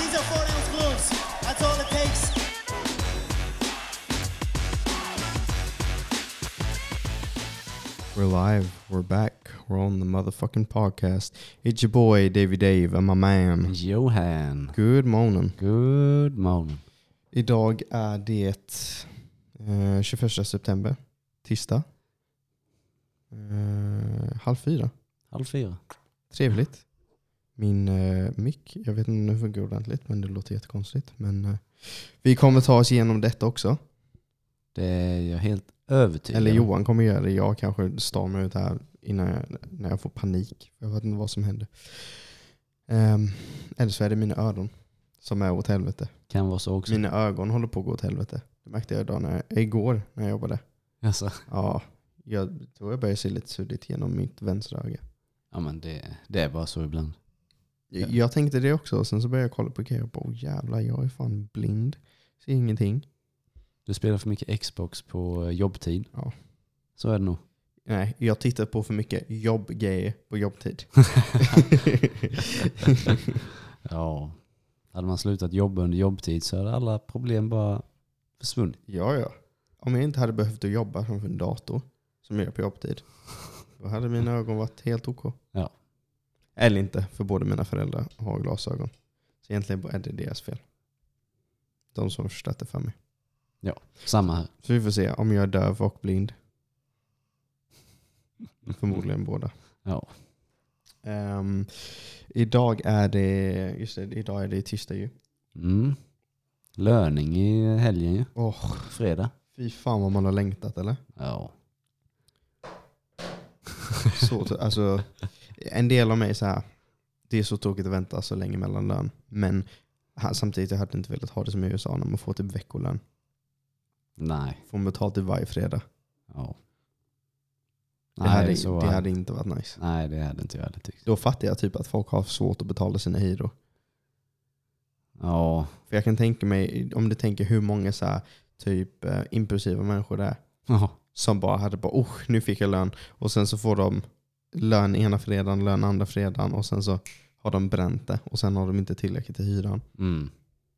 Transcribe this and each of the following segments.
These are 40-ounce gloves. That's all it takes. We're live. We're back. We're on the motherfucking podcast. It's your boy, Davey Dave, and my man. Johan. Good morning. Good morning. Idag är det 21 september. Tisdag. 3:30. 3:30. Trevligt. Min mick, jag vet inte om det funkar ordentligt, men det låter jättekonstigt. Men vi kommer ta oss igenom detta också. Det är jag helt övertygad. Eller Johan kommer göra det. Jag kanske stormar ut här när jag får panik. Jag vet inte vad som händer. Eller så är det mina öron som är åt helvete. Kan vara så också. Mina ögon håller på att gå åt helvete. Det märkte jag igår när jag jobbade. Alltså. Ja, jag tror jag började se lite suddigt genom mitt vänstra öga. Ja, men det är bara så ibland. Jag tänkte det också. Och sen så började jag kolla på grejer och bara, jävlar, jag är fan blind. Ser ingenting. Du spelar för mycket Xbox på jobbtid. Ja. Så är det nog. Nej, jag tittar på för mycket jobbgrejer på jobbtid. Ja. Hade man slutat jobba under jobbtid så hade alla problem bara försvunnit. Ja. Om jag inte hade behövt att jobba framför en dator som jag gör på jobbtid, då hade mina ögon varit helt ok. Ja. Eller inte, för båda mina föräldrar har glasögon. Så egentligen är det deras fel. De som förstått det för mig. Ja, samma här. Så vi får se om jag är döv och blind. Förmodligen båda. Ja. Idag är det tisdag ju. Mm. Löning i helgen ju. Fredag. Fy fan vad man har längtat, eller? Ja. Alltså, en del av mig är så här, det är så tråkigt att vänta så länge mellan lön. Men samtidigt jag hade inte velat ha det som i USA när man får typ veckolön. Nej. Får man betalt till varje fredag. Ja. Det hade inte varit nice. Nej, det hade inte jag heller tyckt. Då fattar jag typ att folk har svårt att betala sina hyror. Ja. För jag kan tänka mig, om du tänker hur många så här, typ impulsiva människor det är. Ja. Som bara hade nu fick jag lön. Och sen så får de lön ena fredagen, lön andra fredagen. Och sen så har de bränt det. Och sen har de inte tillräckligt till hyran. Mm.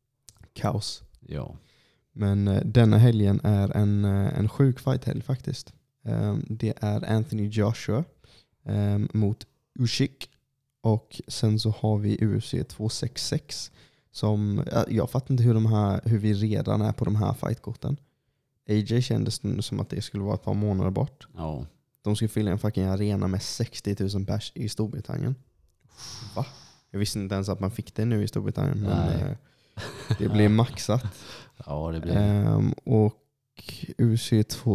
Kaos. Ja. Men denna helgen är en sjuk fight-helg faktiskt. Det är Anthony Joshua mot Usyk. Och sen så har vi UFC 266. Som, jag fattar inte hur vi redan är på de här fightkorten. AJ kändes som att det skulle vara ett par månader bort. Ja. De skulle fylla en fucking arena med 60 000 pers i Storbritannien. Va? Jag visste inte ens att man fick det nu i Storbritannien. Men det blir maxat. Ja, det blir och UFC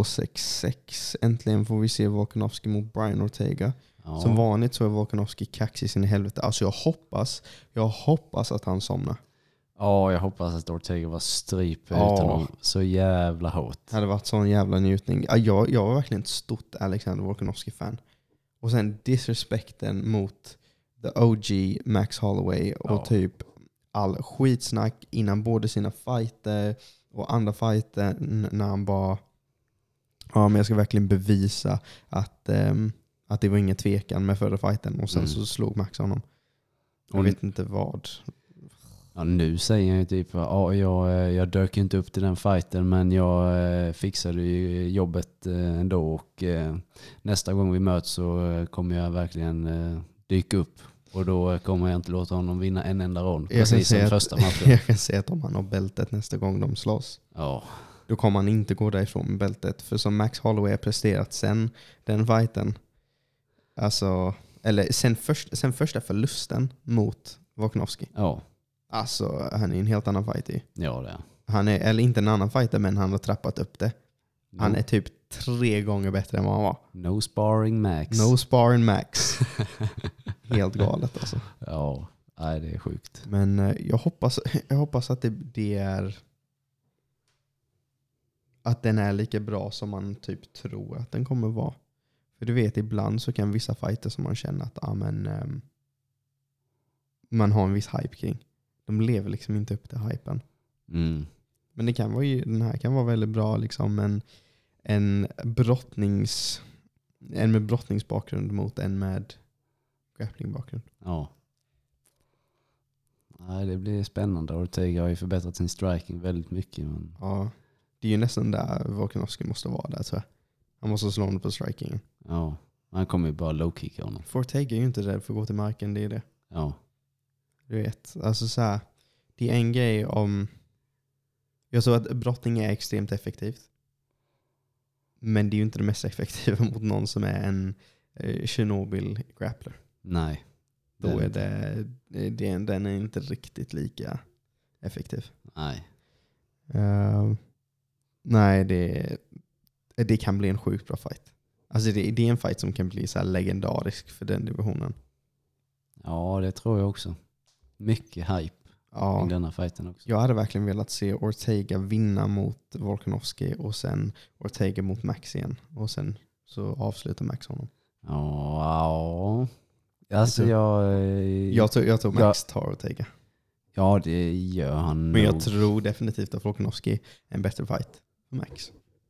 266. Äntligen får vi se Volkanovski mot Brian Ortega. Ja. Som vanligt så är Volkanovski kaxig sin i helvete. Alltså jag hoppas att han somnar. Ja, jag hoppas att Ortega var stryp utan honom så jävla hårt. Det hade varit sån jävla njutning. Jag var verkligen ett stort Alexander Volkanovski-fan. Och sen disrespekten mot the OG Max Holloway och typ all skitsnack innan både sina fighter och andra fighter när han bara men jag ska verkligen bevisa att det var ingen tvekan med förra fighten och sen så slog Max honom. Jag vet inte vad. Ja, nu säger han ju typ jag dök inte upp till den fighten men jag fixade ju jobbet ändå och nästa gång vi möts så kommer jag verkligen dyka upp och då kommer jag inte låta honom vinna en enda rond precis som första matchen. Jag kan säga att om han har bältet nästa gång de slåss, då kommer han inte gå därifrån med bältet. För som Max Holloway har presterat sen den fighten, alltså, eller sen första förlusten mot Volkanovski. Ja. Alltså, han är en helt annan fighter. Ja, det är. Han är, eller inte en annan fighter, men han har trappat upp det. Han är typ 3 gånger bättre än vad han var. No sparring Max. No sparring Max. Helt galet alltså. Ja, nej, det är sjukt. Men jag hoppas att det är att den är lika bra som man typ tror att den kommer vara. För du vet, ibland så kan vissa fighter som man känner att man har en viss hype kring. De lever liksom inte upp till hypen. Mm. Men det kan vara den här kan vara väldigt bra liksom en med brottningsbakgrund mot en med grapplingbakgrund. Ja. Nej, det blir spännande. Ortega har ju förbättrat sin striking väldigt mycket. Men... Ja, det är ju nästan där Volkanovski måste vara där, tror jag. Han måste slå honom på strikingen. Ja, han kommer ju bara low-kicka honom. Ortega är ju inte rädd för att gå till marken, det är det. Ja. Du vet, alltså så här, det är en grej om... Jag tror att brottning är extremt effektivt. Men det är ju inte det mest effektiva mot någon som är en Chernobyl-grappler. Nej. Då är den är inte riktigt lika effektiv. Nej. Nej, det kan bli en sjukt bra fight. Alltså det är en fight som kan bli så här legendarisk för den divisionen. Ja, det tror jag också. Mycket hype i denna fighten också. Jag hade verkligen velat se Ortega vinna mot Volkanovski och sen Ortega mot Max igen. Och sen så avslutar Max honom. Ja. Alltså jag tror Max tar Ortega. Ja, det gör han. Men jag nog. tror definitivt att Volkanovski är en bättre fight för Max.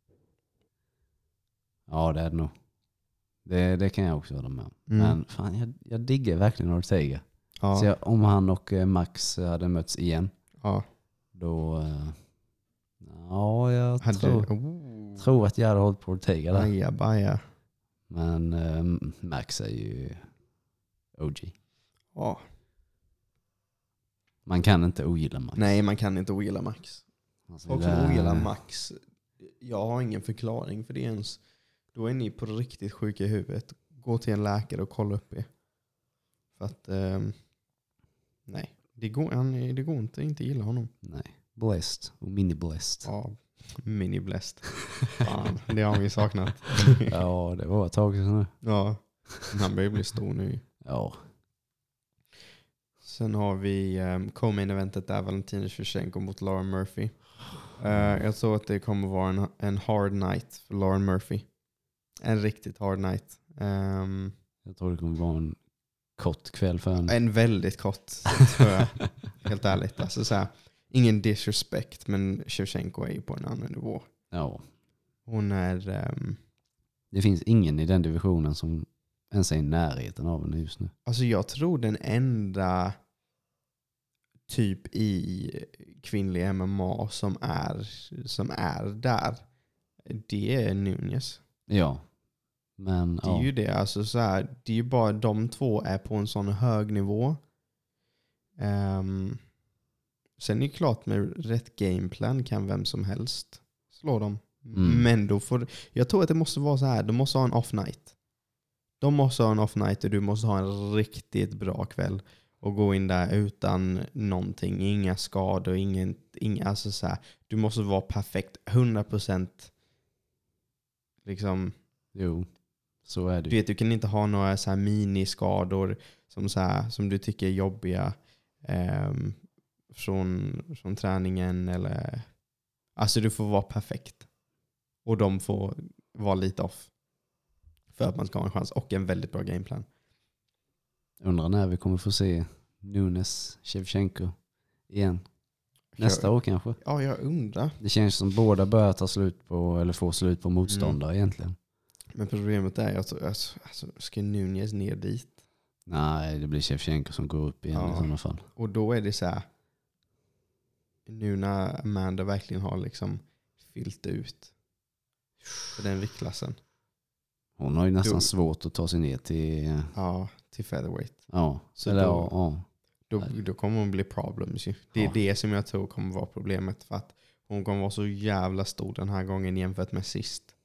Ja, det är det nog. Det kan jag också hålla med om. Men fan, jag digger verkligen Ortega. Ja. Så om han och Max hade mötts igen, då... jag tror att jag hade hållit på Ortega där. Baja. Men Max är ju OG. Ja. Man kan inte ogilla Max. Nej, man kan inte ogilla Max. Alltså, Folk som ogillar Max, jag har ingen förklaring för det ens. Då är ni på riktigt sjuka i huvudet. Gå till en läkare och kolla upp er. För att nej, det går inte gilla honom. Nej, blessed och mini-blessed. Ja, mini-blessed. Fan, det har vi saknat. Ja, det var ett tag sedan nu. Ja, han börjar bli stor nu. Ja. Sen har vi co-main eventet där Valentina Shevchenko mot Lauren Murphy. Jag tror att det kommer vara en hard night för Lauren Murphy. En riktigt hard night. Jag tror det kommer vara en kort kväll för henne. En väldigt kort, tror jag. Helt ärligt. Alltså, så här, ingen disrespect, men Shevchenko är ju på en annan nivå. Ja. Hon är... Det finns ingen i den divisionen som ens är i närheten av henne just nu. Alltså jag tror den enda typ i kvinnlig MMA som är där, det är Nunes. Ja. Men det är ju det. Alltså så här, det är ju bara de två är på en sån hög nivå. Sen är det klart med rätt gameplan kan vem som helst slå dem. Men då jag tror att det måste vara så här. De måste ha en off night. De måste ha en off night och du måste ha en riktigt bra kväll och gå in där utan någonting. Inga skador, inga alltså så här. Du måste vara perfekt 100% liksom. Jo, så är det. Du vet, du kan inte ha några så här miniskador som du tycker är jobbiga från träningen eller alltså du får vara perfekt. Och de får vara lite off för att man ska ha en chans och en väldigt bra gameplan. Undrar när vi kommer få se Nunes, Shevchenko igen. Nästa år kanske. Ja, jag undrar. Det känns som båda börjar ta slut på eller få slut på motståndare egentligen. Men problemet är att ska Nunes ner dit? Nej, det blir Shevchenko som går upp igen i sådana fall. Och då är det så här, nu när Amanda verkligen har liksom fyllt ut för den viktklassen. Hon har ju nästan svårt att ta sig ner till... Ja, till featherweight. Ja, så då kommer hon bli problems ju. Det är det som jag tror kommer vara problemet. För att hon kommer vara så jävla stor den här gången jämfört med sist.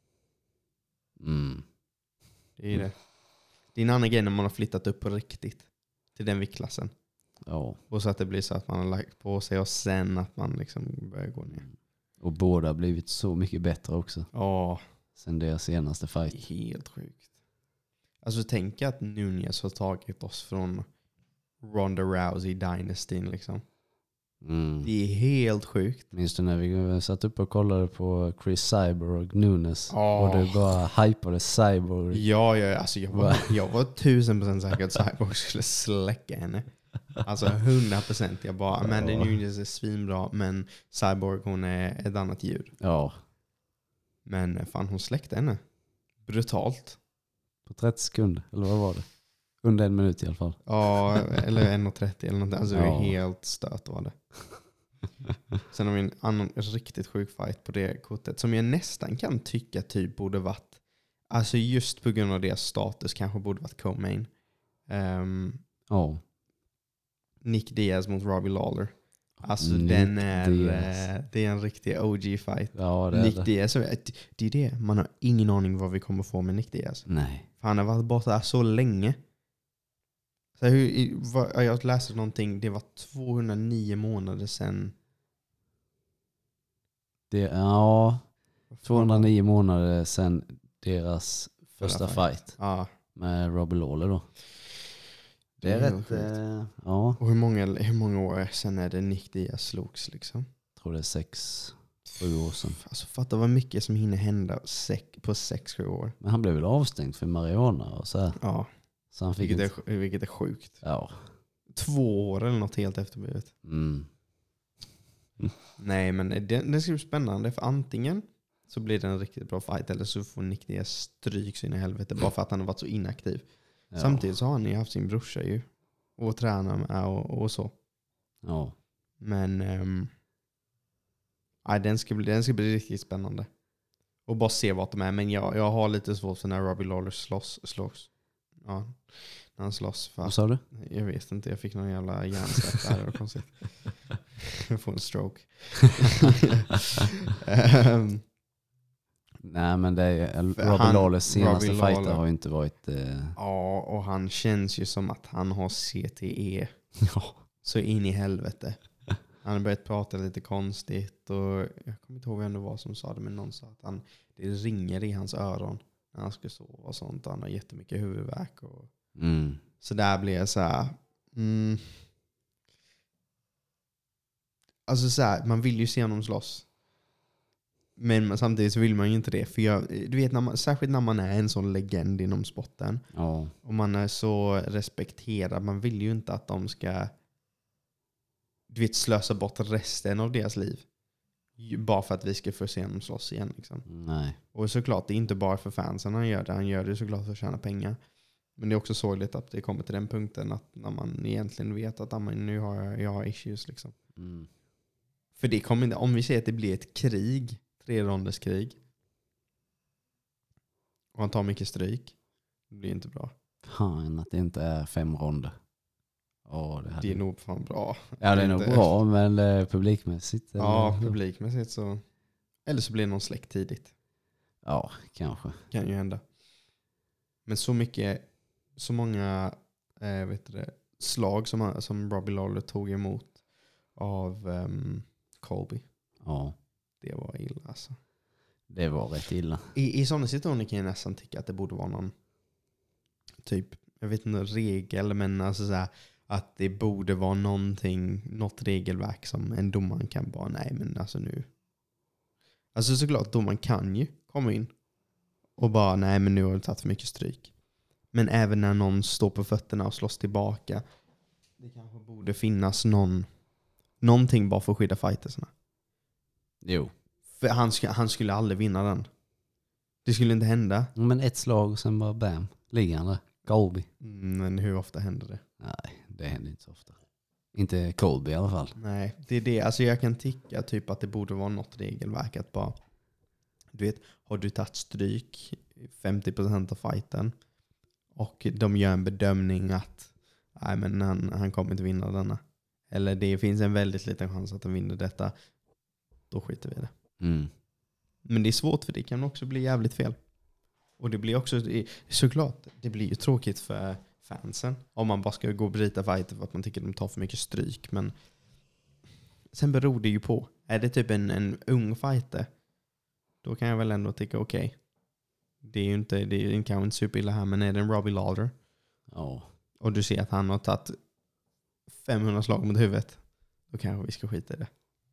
Det är det. Det är en annan grej när man har flyttat upp på riktigt till den viktklassen. Ja. Och så att det blir så att man har lagt på sig och sen att man liksom börjar gå ner. Och båda har blivit så mycket bättre också. Ja. Sen deras senaste fight. Det är helt sjukt. Alltså tänk att Nunes har tagit oss från Ronda Rousey Dynastin liksom. Det är helt sjukt. Minns du när vi satt upp och kollade på Chris Cyborg Nunes och du bara hypade Cyborg? Ja, alltså jag var 1000% säker att Cyborg skulle släcka henne. Alltså 100%. Jag bara, Amanda Nunes är svinbra, men Cyborg, hon är ett annat djur. Ja. Men fan, hon släckte henne. Brutalt. På 30 sekunder, eller vad var det? Under 1 minut i alla fall. Ja, eller 1:30 eller något. Alltså det Ja. är helt stört var det. Sen har vi en annan riktigt sjuk fight på det kortet som jag nästan kan tycka typ borde varit, alltså just på grund av deras status kanske borde varit co-main. Ja. Nick Diaz mot Robbie Lawler. Alltså Nick den är Diaz. det är en riktig OG-fight. Ja, det är Nick det. Diaz, det är det. Man har ingen aning vad vi kommer få med Nick Diaz. Nej. För han har varit borta så länge. Så jag läste någonting, det var 209 månader sedan. Det är 209 månader sedan deras första fight Ja. med Robbie Lawler då. Det är Det är rätt, sjukt. ja, Och hur många år sedan är det Nick Diaz slogs liksom? jag tror det är 6-7 år sedan. Alltså fatta vad mycket som hinner hända på 6-7 år. Men han blev väl avstängd för marijuana och så här. Ja, Så han fick vilket är sjukt. Ja. 2 år eller något helt efterblivet. Mm. Nej, men det ska bli spännande. För antingen så blir det en riktigt bra fight eller så får Nick Diaz stryk så in i helvete bara för att han har varit så inaktiv. Ja. Samtidigt så har han ju haft sin brorsa ju. Och tränar med och så. Ja. Men den ska bli riktigt spännande. Och bara se vart de är. Men jag har lite svårt för när Robbie Lawler slåss. Ja, när han slåss. För, Vad sa du? jag vet inte, jag fick någon jävla hjärnsläpp där. Det var konstigt. Jag får en stroke. Nej, men det är Robbie Lawlers senaste Robbie fighter Lawler har ju inte varit... Ja, och han känns ju som att han har CTE. Ja. Så in i helvete. Han har börjat prata lite konstigt. Och jag kommer inte ihåg vem det var som sa det. Men någon sa att det ringer i hans öron när han ska sova och sånt. Han har jättemycket huvudvärk. Så där blir jag så här... Alltså så här, man vill ju se honom slåss. Men samtidigt så vill man ju inte det. För du vet, särskilt när man är en sån legend inom sporten. Ja. Och man är så respekterad. Man vill ju inte att de ska, du vet, slösa bort resten av deras liv. Bara för att vi ska få se dem slåss igen. Liksom. Nej. Och såklart, det är inte bara för fansen han gör det. Han gör det såklart för att tjäna pengar. Men det är också sorgligt att det kommer till den punkten att när man egentligen vet att nu har jag har issues. Liksom. För det kommer inte, om vi säger att det blir ett krig, 3-ronderskrig, och han tar mycket stryk, det blir inte bra. Fan att det inte är 5 ronder. Det är nog fan bra. Ja, det är nog bra, men publikmässigt. Ja, eller? publikmässigt så. Eller så blir det någon släkt tidigt. Ja, kanske. Kan ju hända. Men så många slag som Robbie Lawler tog emot av Colby. Ja. Det var illa alltså. Det var rätt illa. I sådana situationer kan jag nästan tycka att det borde vara någon typ, jag vet inte, regel, men alltså så här, att det borde vara något regelverk som en domare kan bara, nej men alltså nu. Alltså såklart, domaren kan ju komma in och bara, nej men nu har du tagit för mycket stryk. Men även när någon står på fötterna och slåss tillbaka, det kanske borde finnas någonting bara för att skydda fightersna. Jo. För han skulle aldrig vinna den. Det skulle inte hända. Men ett slag och sen bara bam. Ligger han där. Colby. Men hur ofta händer det? Nej, det händer inte så ofta. Inte Colby i alla fall. Nej, det är det. Alltså jag kan tycka typ att det borde vara något regelverk att bara, du vet, har du tagit stryk 50% av fighten och de gör en bedömning att nej men han kommer inte vinna denna. Eller det finns en väldigt liten chans att han vinner detta. Då skiter vi i det. Men det är svårt för det kan också bli jävligt fel. Och det blir också, såklart, det blir ju tråkigt för fansen om man bara ska gå och bryta fighter för att man tycker att de tar för mycket stryk. Men sen beror det ju på. Är det typ en ung fighter, då kan jag väl ändå tycka okej. Det är kanske inte superilla här, men är det en Robbie Lawler och du ser att han har tagit 500 slag mot huvudet, då kanske vi ska skita i det.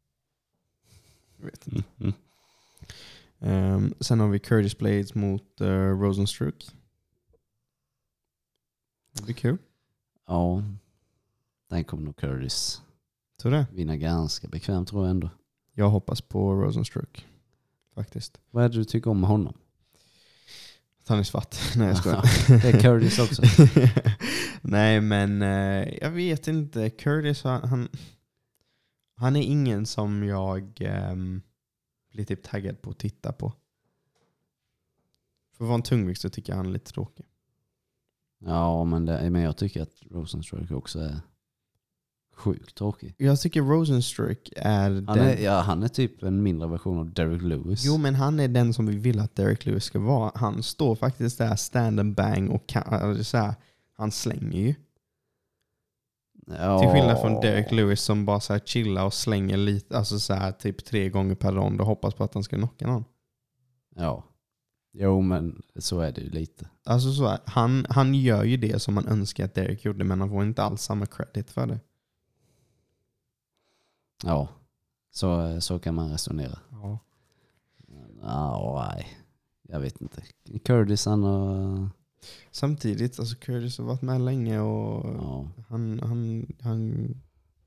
Jag vet inte. Sen har vi Curtis Blades mot Rosenstruck. Det blir kul. Ja, den kommer nog Curtis Tror du det? vinna ganska bekvämt, tror jag ändå. Jag hoppas på Rosenstruck faktiskt. Vad är det du tycker om honom? Han är svart. Nej, jag skojar. Det är Curtis också. Nej, men jag vet inte. Curtis, han är ingen som jag blir typ taggad på att titta på. För att vara en tungvikt så tycker jag han är lite tråkig. Ja, men jag tycker att Rosenstruck också är sjukt tråkig. Jag tycker Rosenstruck är han är typ en mindre version av Derek Lewis. Jo, men han är den som vi vill att Derek Lewis ska vara. Han står faktiskt där stand and bang och så här, han slänger ju. Ja. Till skillnad från Derek Lewis som bara så här chillar och slänger lite, alltså så här typ 3 gånger per rond och hoppas på att han ska knocka någon. Ja. Jo, men så är det ju lite. Alltså så här, han gör ju det som man önskar att Derek gjorde, men han får inte alls samma credit för det. Ja, så kan man resonera. Ja. Nej, jag vet inte. Curtis han och... Samtidigt, alltså Curtis har varit med länge och Ja. han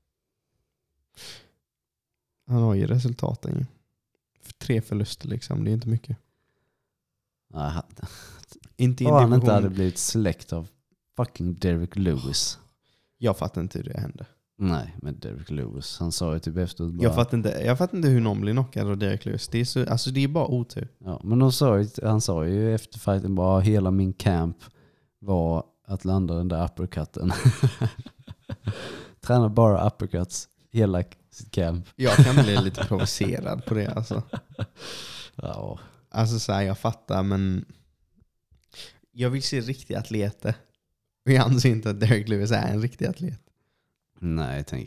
har ju resultaten ju. 3 förluster liksom, det är inte mycket. Nej, Inte i en han inte division. hade blivit släkt av fucking Derek Lewis. Jag fattar inte hur det hände. Nej, men Derek Lewis, han sa ju typ efteråt bara... Jag fattar inte hur någon blir knockad av Derek Lewis. Det är så, alltså det är bara otur. Ja, men han sa ju efter fighten bara hela min camp var att landa den där uppercutten. Tränar bara uppercuts hela sitt camp. Jag kan bli lite provocerad på det alltså. Ja. Alltså så här, jag fattar, men jag vill se riktiga atleter. Och jag anser inte att Derek Lewis är en riktig atlet. Nej, tänk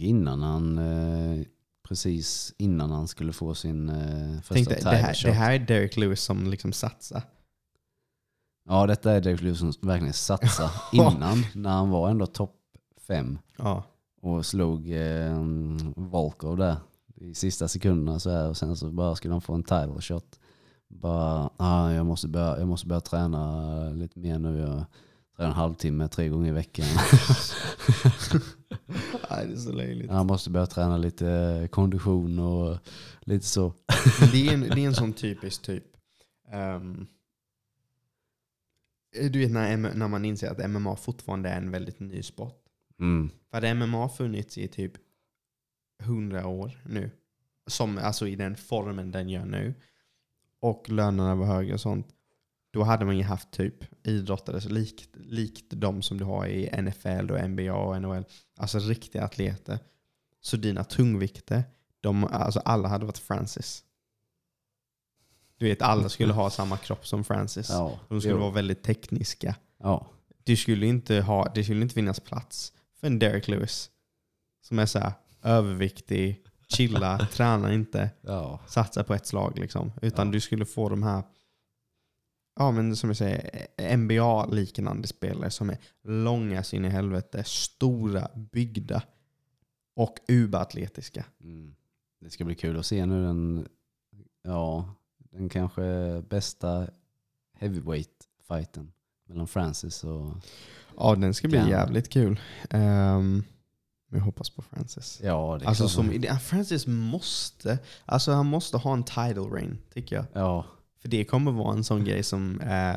precis innan han skulle få sin första title shot. Det här är Derek Lewis som liksom satsar. Ja, detta är Derek Lewis som verkligen satsar innan, när han var ändå topp 5 Ja. och slog Volkov där i sista sekunderna så här, och sen så bara skulle han få en title shot. Bara, jag måste börja träna lite mer nu. Jag tränar en halvtimme 3 gånger i veckan. Nej, det är så löjligt. Han måste börja träna lite kondition och lite så. Det är en sån typisk typ. Du vet när man inser att MMA fortfarande är en väldigt ny sport. Mm. För det MMA har funnits i typ 100 år nu. Som, alltså i den formen den gör nu. Och lönerna var höga och sånt. Då hade man ju haft typ idrottare så likt de som du har i NFL och NBA och NHL. Alltså riktiga atleter. Så dina tungvikter, alltså alla hade varit Francis. Du vet, alla skulle ha samma kropp som Francis. Ja, de skulle vara väldigt tekniska. Ja. Det skulle inte finnas plats för en Derek Lewis. Som är så här överviktig, chilla, tränar inte, satsar på ett slag liksom. Utan du skulle få de här, ja men som jag säger, NBA-liknande spelare som är långa sin i helvete, stora, byggda och uber-atletiska. Mm. Det ska bli kul att se nu den kanske bästa heavyweight-fighten mellan Francis och... Ja, den ska bli jävligt kul. Jag hoppas på Francis. Ja, det är alltså klart. Francis måste, alltså han måste ha en title reign, tycker jag. Ja. För det kommer vara en sån grej som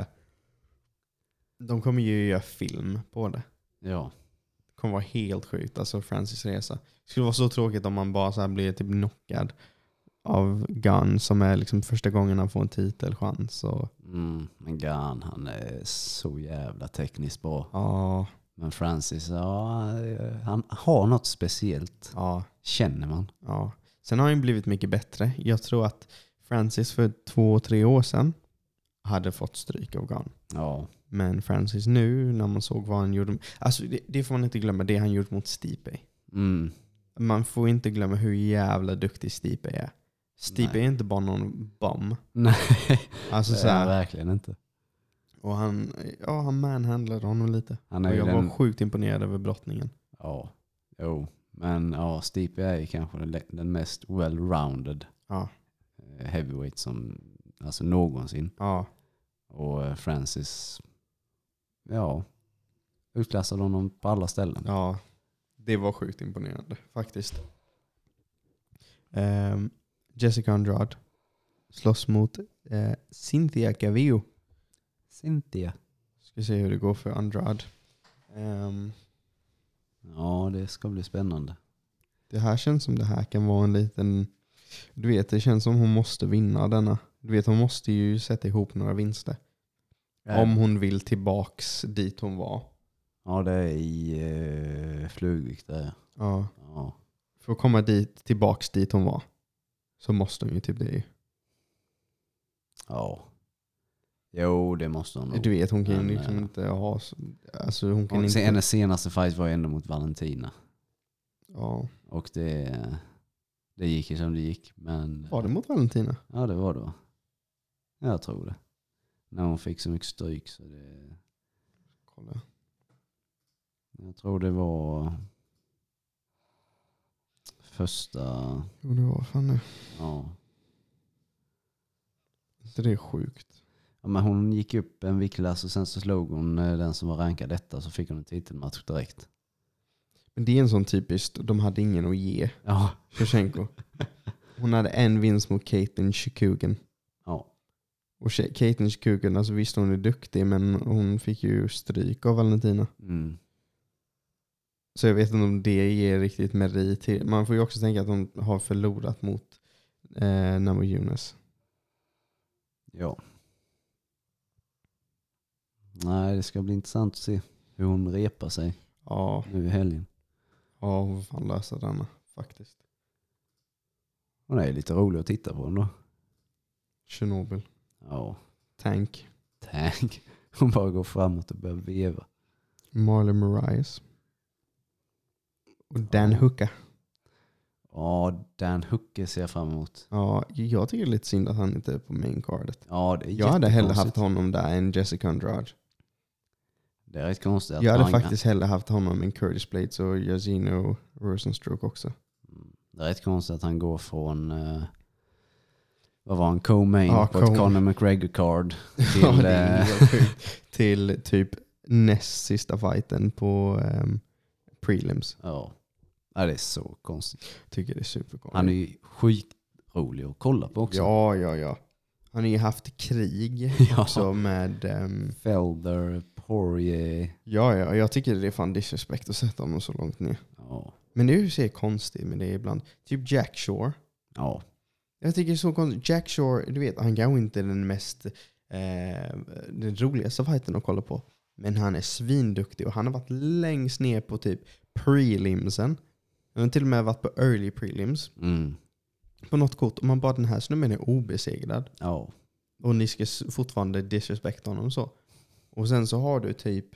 de kommer ju göra film på det. Ja. Det kommer vara helt sjukt, alltså Francis resa. Det skulle vara så tråkigt om man bara så här blir typ knockad av Gunn som är liksom första gången han får en titelchans. Men Gunn, han är så jävla tekniskt bra. Ja. Men Francis, han har något speciellt. Ja. Känner man. Ja. Sen har han blivit mycket bättre. Jag tror att Francis för 2-3 år sedan hade fått stryk av Gunn. Ja. Men Francis nu, när man såg vad han gjorde... Alltså det får man inte glömma, det han gjort mot Stipe. Mm. Man får inte glömma hur jävla duktig Stipe är. Stipe är inte bara någon bomb. Nej, alltså, det är verkligen inte. Och han manhandlade honom lite. Och jag var sjukt imponerad över brottningen. Ja, jo. Men Stipe är ju kanske den mest well-rounded heavyweight som alltså någonsin. Ja. Och Francis utklassade honom på alla ställen. Ja, det var sjukt imponerande faktiskt. Jessica Andrade slåss mot Cynthia Calvillo. Cynthia. Ska se hur det går för Andrade. Ja, det ska bli spännande. Det här känns som det här kan vara en liten... Du vet, det känns som hon måste vinna denna. Du vet, hon måste ju sätta ihop några vinster. Om hon vill tillbaks dit hon var. Ja, det är i flugvikt där. Ja. Ja. För att komma tillbaks dit hon var. Så måste hon ju typ det ju. Ja. Jo, det måste hon nog. Du vet, hon kan ju Men, liksom inte ha... Alltså hon kan och inte... hennes senaste fight var ju ändå mot Valentina. Ja. Och det gick ju som det gick. Men, Var det mot Valentina? Ja, det var det, va? Jag tror det. När hon fick så mycket stryk så det... Kolla. Jag tror det var första... Jo, det var fan det. Ja. Så det är sjukt. Ja, men hon gick upp en viktklass och sen så slog hon den som var rankad detta, så fick hon en titelmatch direkt. Men det är en sån typiskt, de hade ingen att ge. Ja. Shevchenko. Hon hade en vinst mot Caitlin Chikugan. Ja. Och Caitlin Chikugan, alltså visst hon är duktig, men hon fick ju stryk av Valentina. Mm. Så jag vet inte om det ger riktigt merit till. Man får ju också tänka att hon har förlorat mot Namo Younes. Ja. Nej, det ska bli intressant att se hur hon repar sig Ja, nu i helgen. ja, hon får fan lösa denna faktiskt. Hon är lite rolig att titta på ändå. Chernobyl. Ja. Tank. Tänk. Hon bara går framåt och börjar veva. Marley Marias. Och Dan Ja. Hooker. Ja, Dan Hooker ser jag fram emot. Ja, jag tycker det är lite synd att han inte är på main cardet. Ja, det är Jag hade hellre jättekonstigt. haft honom där än Jessica Andrade. Det är rätt konstigt att Jag hade han- faktiskt hellre haft honom än Curtis Blades och Yazino Rosenstruck också. Det är rätt konstigt att han går från vad var han, co-main Ja, på ett Conor McGregor-card till, Ja, det är helt sjukt. Till typ näst sista fighten på prelims. ja, det är så konstigt. Tycker det är superkonstigt. Han är ju skitrolig att kolla på också. Ja. Han har ju haft krig Ja. också med... Felder, Poirier. Ja, jag tycker det är fan disrespect att sätta honom så långt ner. Ja. Men det är ju så konstigt med det ibland. Typ Jack Shore. Ja. Jag tycker det är så konstigt. Jack Shore, du vet, han kanske inte är den mest den roligaste fighten att kolla på. Men han är svinduktig och han har varit längst ner på typ prelimsen. Han har till och med varit på early prelims. Mm. På något kort. Och man bara, den här snubben är obesegrad. Ja. Och ni ska fortfarande disrespekta honom så. Och sen så har du typ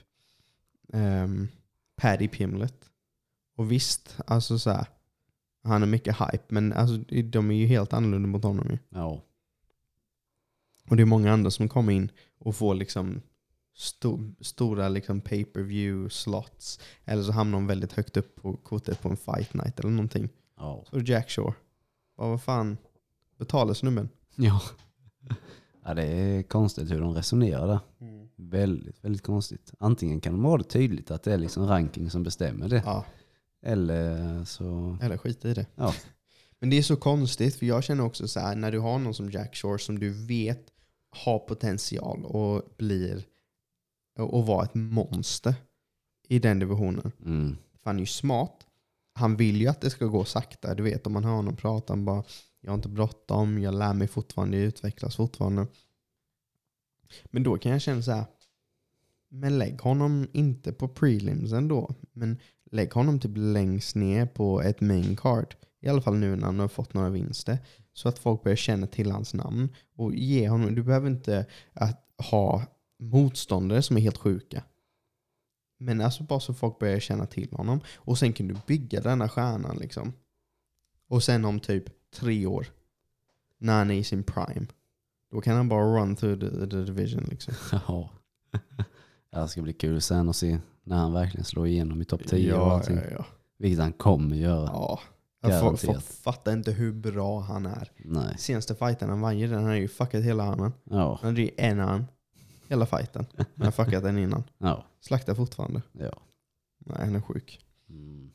Paddy Pimlet. Och visst, alltså så här, han är mycket hype, men alltså, de är ju helt annorlunda mot honom ju. Ja. Och det är många andra som kommer in och får liksom stora liksom pay-per-view slots. Eller så hamnar de väldigt högt upp på kortet på en fight night eller någonting. Ja. Så Jack Shore. Vad fan betalar snubben? Ja. Ja, det är konstigt hur de resonerar där. Väldigt, väldigt konstigt. Antingen kan de ha det tydligt att det är liksom ranking som bestämmer det. Ja, Eller så... eller skit i det. Ja. Men det är så konstigt, för jag känner också så här, när du har någon som Jack Shore som du vet har potential och blir och vara ett monster i den divisionen. Mm. För han är ju smart. Han vill ju att det ska gå sakta. Du vet, om man hör honom prata, han bara, jag har inte bråttom, jag lär mig fortfarande, jag utvecklas fortfarande. Men då kan jag känna så här, men lägg honom inte på prelims ändå. Men lägg honom typ längst ner på ett main card. I alla fall nu när han har fått några vinster. Så att folk börjar känna till hans namn. Och ge honom, du behöver inte att ha motståndare som är helt sjuka. Men alltså bara så folk börjar känna till honom. Och sen kan du bygga denna stjärnan liksom. Och sen om typ 3 år, när han är i sin prime, då kan han bara run through the division liksom. Ja. Det ska bli kul sen att se när han verkligen slår igenom i topp 10 och allting. Ja. Vilket han kommer göra. Ja. Garanterat. Folk fattar inte hur bra han är. Nej. Senaste fighten han vann ju den, han har ju fuckat hela armen. Ja. Han hade ju en arm hela fighten. Han har fuckat den innan. Ja. Slaktar fortfarande. Ja. Nej, han är sjuk. Mm.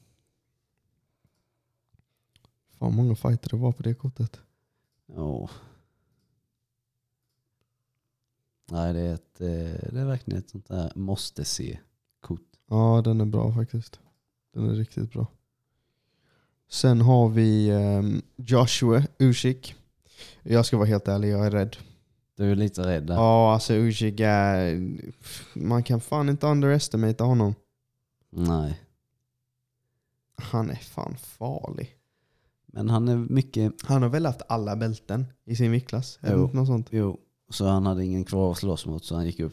Fan många fighter det var på det kortet. Ja. Nej, det är verkligen ett sånt där måste se-kort. Ja, den är bra faktiskt. Den är riktigt bra. Sen har vi Joshua Usyk. Jag ska vara helt ärlig, jag är rädd. Du är lite rädd där. Ja, alltså Usyk är... Man kan fan inte underestimata honom. Nej. Han är fan farlig. Men han är mycket... Han har väl haft alla bälten i sin viktklass? Eller något sånt. Jo, så han hade ingen kvar att slåss mot så han gick upp.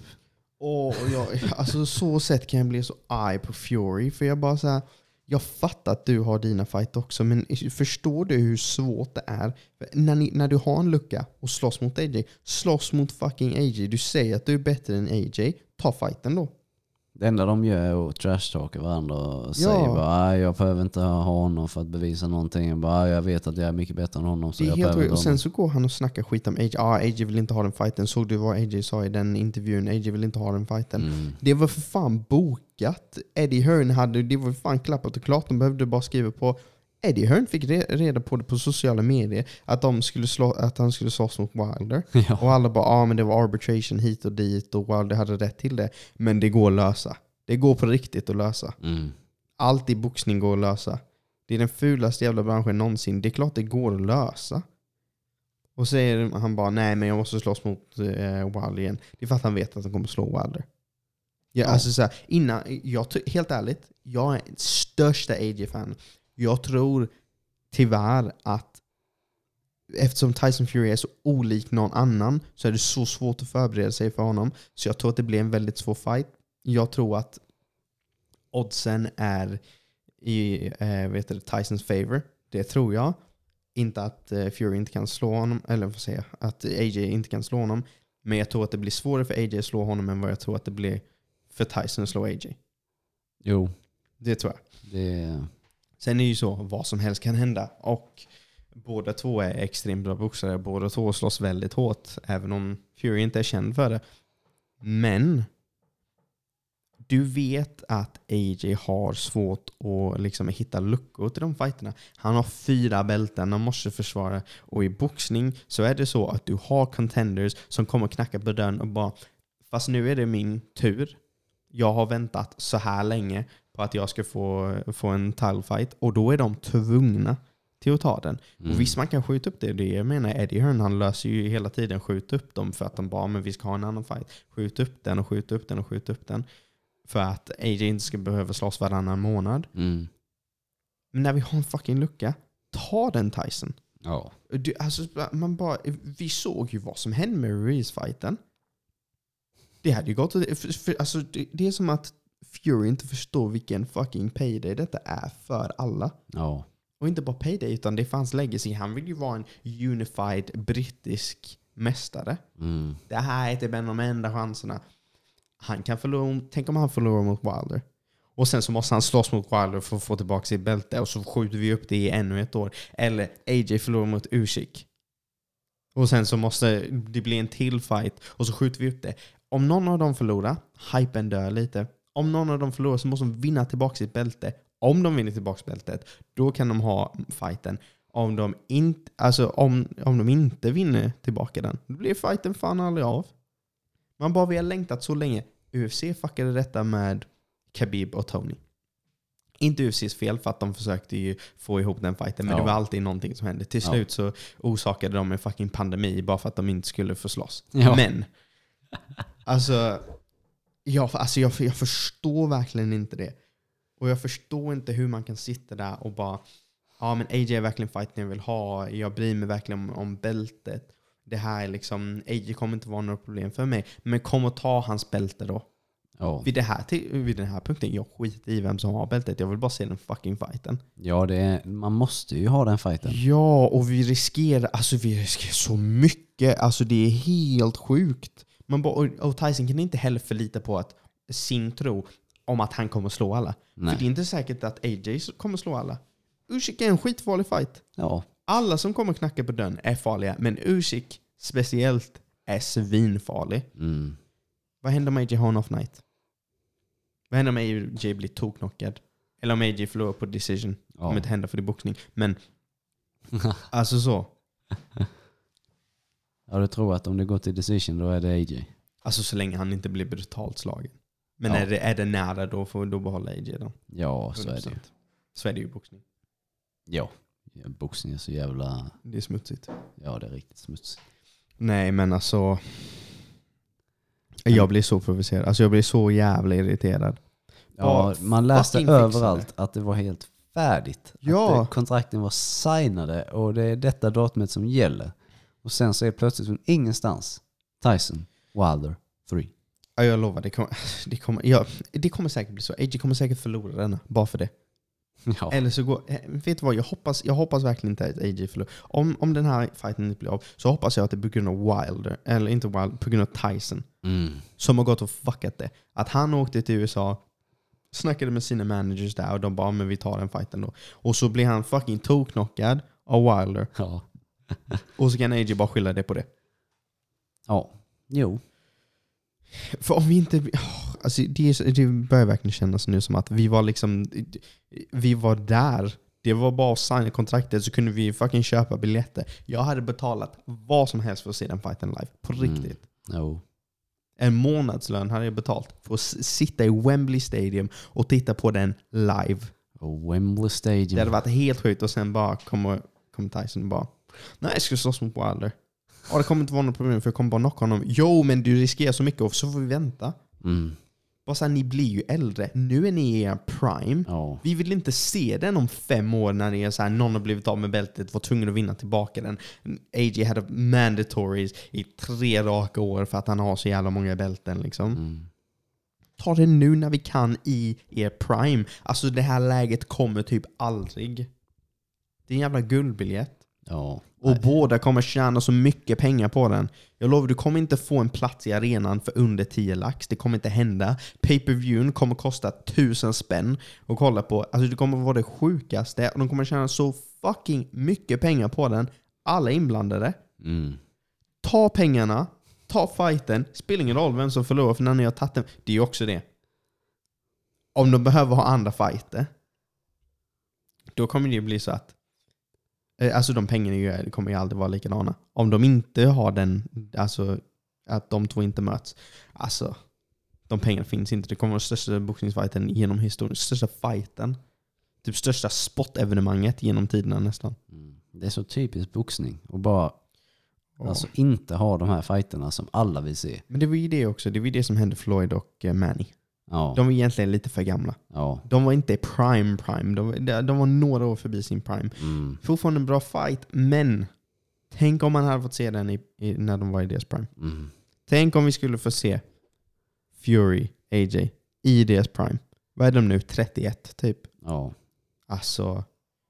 Alltså så sätt kan jag bli så arg på Fury. För jag bara så här, jag fattar att du har dina fight också. Men förstår du hur svårt det är? För när du har en lucka och slåss mot AJ. Slåss mot fucking AJ. Du säger att du är bättre än AJ. Ta fighten då. Det enda de gör är att trash-talka varandra och säger bara jag behöver inte ha honom för att bevisa någonting. Bara, jag vet att jag är mycket bättre än honom. Så det är jag helt behöver och sen så går han och snackar skit om AJ. AJ vill inte ha den fighten. Såg du vad AJ sa i den intervjun? AJ vill inte ha den fighten. Det var för fan bokat. Eddie Hearn det var för fan klappat och klart. De behövde bara skriva på. Eddie Hearn fick reda på det på sociala medier. Att han skulle slåss mot Wilder. Ja. Och alla bara, men det var arbitration hit och dit. Och Wilder hade rätt till det. Men det går att lösa. Det går på riktigt att lösa. Allt i boxning går att lösa. Det är den fulaste jävla branschen någonsin. Det är klart det går att lösa. Och säger han bara, nej men jag måste slåss mot Wilder igen. Det är för att han vet att han kommer slå Wilder. Alltså så här, helt ärligt, jag är största AJ-fan. Jag tror tyvärr att eftersom Tyson Fury är så olik någon annan så är det så svårt att förbereda sig för honom. Så jag tror att det blir en väldigt svår fight. Jag tror att oddsen är i Tysons favor. Det tror jag. Inte att Fury inte kan slå honom, eller vad säger jag, att AJ inte kan slå honom. Men jag tror att det blir svårare för AJ att slå honom än vad jag tror att det blir för Tyson att slå AJ. Jo. Det tror jag. Sen är det ju så, vad som helst kan hända. Och båda två är extremt bra boxare. Båda två slåss väldigt hårt, även om Fury inte är känd för det. Men du vet att AJ har svårt att liksom hitta luckor till de fighterna. Han har 4 bälten, han måste försvara. Och i boxning så är det så att du har contenders som kommer knacka på dörren och bara, fast nu är det min tur. Jag har väntat så här länge på att jag ska få en title fight. Och då är de tvungna till att ta den. Och visst, man kan skjuta upp det. Det jag menar, Eddie Hearn, han löser ju hela tiden skjuta upp dem för att de bara, men vi ska ha en annan fight. Skjut upp den och skjut upp den och skjut upp den. För att AJ inte ska behöva slåss varannan månad. Men när vi har en fucking lucka, ta den Tyson. Ja. Vi såg ju vad som hände med Ruiz-fighten. Det hade ju gått... Alltså, det är som att Fury inte förstår vilken fucking payday detta är för alla. Ja. Och inte bara payday, utan det fanns legacy. Han vill ju vara en unified brittisk mästare. Det här är typ en av de enda chanserna. Han kan förlora, tänk om han förlorar mot Wilder. Och sen så måste han slåss mot Wilder för att få tillbaka sitt bälte. Och så skjuter vi upp det i ännu ett år. Eller AJ förlorar mot Usyk. Och sen så måste det bli en till fight. Och så skjuter vi upp det. Om någon av dem förlorar, hypen dör lite. Om någon av dem förlorar så måste de vinna tillbaka sitt bälte. Om de vinner tillbaka bältet, då kan de ha fighten. Om de inte vinner tillbaka den, då blir fighten fan aldrig av. Man bara, vi har längtat så länge. UFC fuckade detta med Khabib och Tony. Inte UFCs fel för att de försökte ju få ihop den fighten. Men det var alltid någonting som hände. Till slut så orsakade de en fucking pandemi bara för att de inte skulle förslåss. Ja. Men jag förstår verkligen inte det. Och jag förstår inte hur man kan sitta där och bara, ja men AJ är verkligen fighten jag vill ha. Jag bryr mig verkligen om bältet. Det här är liksom, AJ kommer inte vara något problem för mig. Men kom och ta hans bälte då. Oh. Vid den här punkten, jag skiter i vem som har bältet. Jag vill bara se den fucking fighten. Ja, man måste ju ha den fighten. Ja, och vi riskerar så mycket. Alltså det är helt sjukt. Och Tyson kan inte heller förlita på att sin tro om att han kommer slå alla. Nej. För det är inte säkert att AJ kommer slå alla. Usyk är en skitfarlig fight. Ja. Alla som kommer knacka på dörren är farliga. Men Usyk speciellt är svinfarlig. Vad händer om AJ har en off night? Vad händer om AJ blir toknockad? Eller om AJ förlorar på decision? Ja. Kommer inte hända för det är boxning. Men alltså så. Ja, du tror att om det går till decision då är det AJ? Alltså så länge han inte blir brutalt slagen. Men Ja. är det nära då får då behålla AJ då. Ja, så är det ju. 100%. Så är det ju boxning. Ja, boxning är så jävla... Det är smutsigt. Ja, det är riktigt smutsigt. Nej, men alltså... Jag blir så provocerad. Alltså jag blir så jävla irriterad. Ja, man läste fucking fixa överallt att det var helt färdigt. Ja. Att kontrakten var signade och det är detta datumet som gäller. Och sen så är det plötsligt från ingenstans Tyson Wilder 3. Ja, jag lovar, det kommer säkert bli så. AJ kommer säkert förlora denna, bara för det. Ja. Eller så går... Vet du vad, jag hoppas verkligen inte att AJ förlorar. Om den här fighten inte blir av så hoppas jag att det är på grund av Wilder. Eller inte Wilder, på grund av Tyson. Som har gått och fuckat det. Att han åkte till USA, snackade med sina managers där och de bara, men vi tar den fighten då. Och så blir han fucking toknockad av Wilder. Ja. Och så kan AJ bara skylla det på det. Ja. Jo. För om vi inte... Alltså det börjar verkligen kännas nu som att vi var där. Det var bara att signa kontraktet så kunde vi fucking köpa biljetter. Jag hade betalat vad som helst för att se den fighten live. På riktigt. Jo. En månadslön hade jag betalt för att sitta i Wembley Stadium och titta på den live. Och Wembley Stadium. Det hade varit helt sjukt och sen bara kommer Tyson och bara, nej, jag ska slåss mot Wilder. Ja, det kommer inte vara något problem för jag kommer bara knocka honom. Jo, men du riskerar så mycket och så får vi vänta. Bara så här, ni blir ju äldre. Nu är ni i er prime. Ja. Vi vill inte se den om 5 år när ni är så här, någon har blivit av med bältet, var tvungen att vinna tillbaka den. AJ hade mandatories i 3 raka år för att han har så jävla många bälten liksom. Ta det nu när vi kan i er prime. Alltså det här läget kommer typ aldrig. Det är en jävla guldbiljett. Ja. Och båda kommer tjäna så mycket pengar på den. Jag lovar, du kommer inte få en plats i arenan för under 10 lax. Det kommer inte hända. Pay-per-viewen kommer kosta 1000 spänn att kolla på. Alltså det kommer vara det sjukaste. Och de kommer tjäna så fucking mycket pengar på den. Alla inblandade. Ta pengarna. Ta fighten. Spelar ingen roll vem som förlorar för när ni har tagit den. Det är ju också det. Om de behöver ha andra fighter, då kommer det ju bli så att alltså de pengarna kommer ju aldrig vara likadana. Om de inte har den, alltså att de två inte möts, alltså de pengarna finns inte. Det kommer vara största boxningsfighten genom historien, största fighten, typ största sportevenemanget genom tiderna nästan. Det är så typiskt boxning och bara alltså inte ha de här fighterna som alla vill se. Men det var ju det också, det var ju det som hände Floyd och Manny. Ja. De var egentligen lite för gamla. Ja. De var inte prime. De var några år förbi sin prime. Fortfarande en bra fight, men tänk om man hade fått se den när de var i deras prime. Tänk om vi skulle få se Fury, AJ i deras prime. Vad är de nu? 31 typ. Ja. Alltså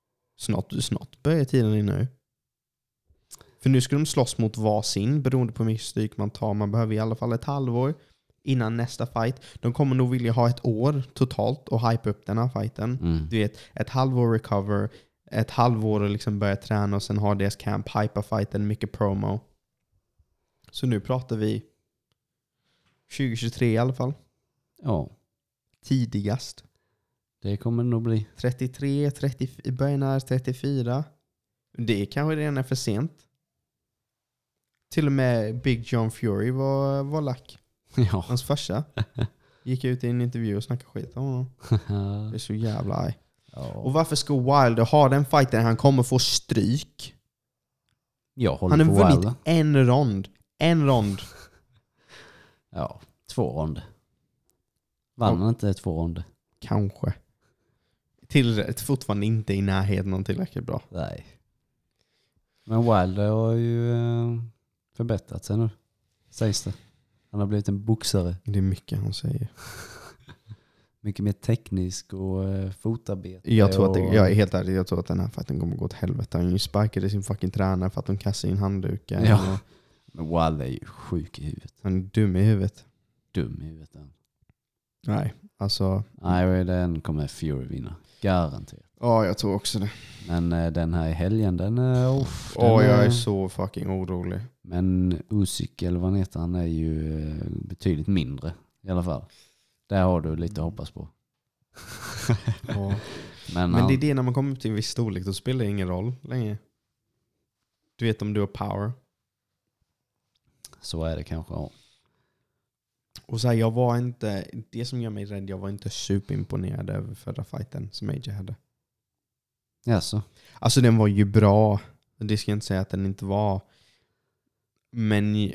snart börjar tiden in nu. För nu ska de slåss mot varsin beroende på hur mycket stryk man tar. Man behöver i alla fall ett halvår innan nästa fight. De kommer nog vilja ha ett år totalt och hype upp den här fighten. Du vet, ett halvår recover, ett halvår att liksom börja träna och sen ha deras camp, hypa fighten, mycket promo. Så nu pratar vi 2023 i alla fall. Ja. Tidigast. Det kommer det nog bli. 33, 30, början när 34. Det kanske redan är för sent. Till och med Big John Fury var lack. Ja. Hans farsa gick ut i en intervju och snackade skit om honom. Det är så jävla arg. Ja. Och varför ska Wilder ha den fighten? Han kommer få stryk. Jag håller Han har på vunnit Wilder. en rond. Ja, 2 ronder. Vann han inte 2 ronder? Kanske. Fortfarande inte i närheten någon tillräckligt bra. Nej. Men Wilder har ju förbättrat sig nu. Sägs det. Han har blivit en boxare. Det är mycket han säger. Mycket mer teknisk och fotarbete. Jag är helt ärlig, jag tror att den här fighten kommer gå åt helvete. Han sparkade sin fucking tränare för att de kastade in handdukar. Ja. Men Wilder är ju sjuk i huvudet. Han är dum i huvudet. Dum i huvudet. Nej, alltså... Nej, den kommer Fury vinna. Garanterat. Ja, jag tror också det. Men den här i helgen, den är... jag är så fucking orolig. Men Usyk, eller vad han heter, han är ju betydligt mindre i alla fall. Där har du lite att hoppas på. Ja. Men det är det, när man kommer upp till en viss storlek, då spelar det ingen roll längre. Du vet om du har power. Så är det kanske, ja. Och så här, jag var inte, det som gör mig rädd, jag var inte superimponerad över förra fighten som AJ hade. Jaså? Alltså den var ju bra. Det ska jag inte säga att den inte var. Men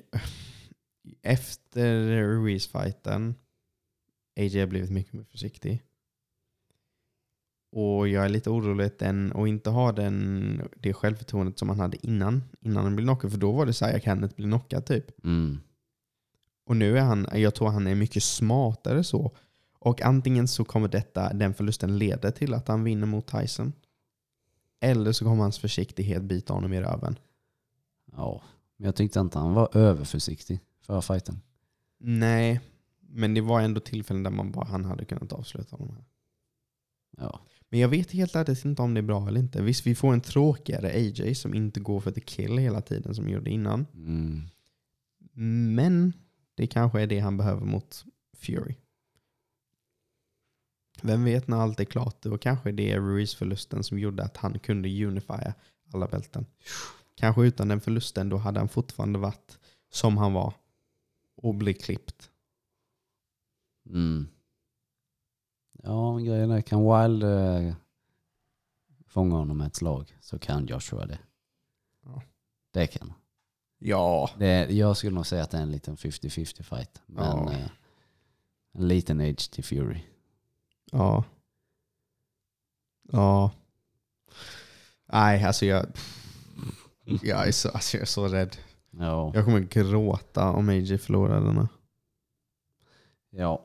efter Ruiz-fighten AJ har blivit mycket mer försiktig. Och jag är lite orolig att den och inte ha det självförtroendet som han hade innan han blev knockad. För då var det så här, jag kan inte bli knockad typ. Mm. Och nu är jag tror han är mycket smartare så. Och antingen så kommer den förlusten leda till att han vinner mot Tyson. Eller så kommer hans försiktighet bita honom i röven. Ja, men jag tyckte inte han var överförsiktig förra fighten. Nej, men det var ändå tillfällen där han hade kunnat avsluta honom här. Ja. Men jag vet helt ärligt inte om det är bra eller inte. Visst, vi får en tråkigare AJ som inte går för the kill hela tiden som gjorde innan. Mm. Men det kanske är det han behöver mot Fury. Vem vet när allt är klart. Det var kanske det Ruiz-förlusten som gjorde att han kunde unifya alla bälten. Kanske utan den förlusten då hade han fortfarande varit som han var och bli klippt. Mm. Ja, men grejen är, kan Wild fånga honom med ett slag så kan Joshua det. Ja. Det kan. Ja. Jag skulle nog säga att det är en liten 50-50 fight. Men en liten edge till Fury. Ja. Ja. Nej, alltså jag är så rädd. Ja. Jag kommer gråta om AJ förlorar denna. Ja.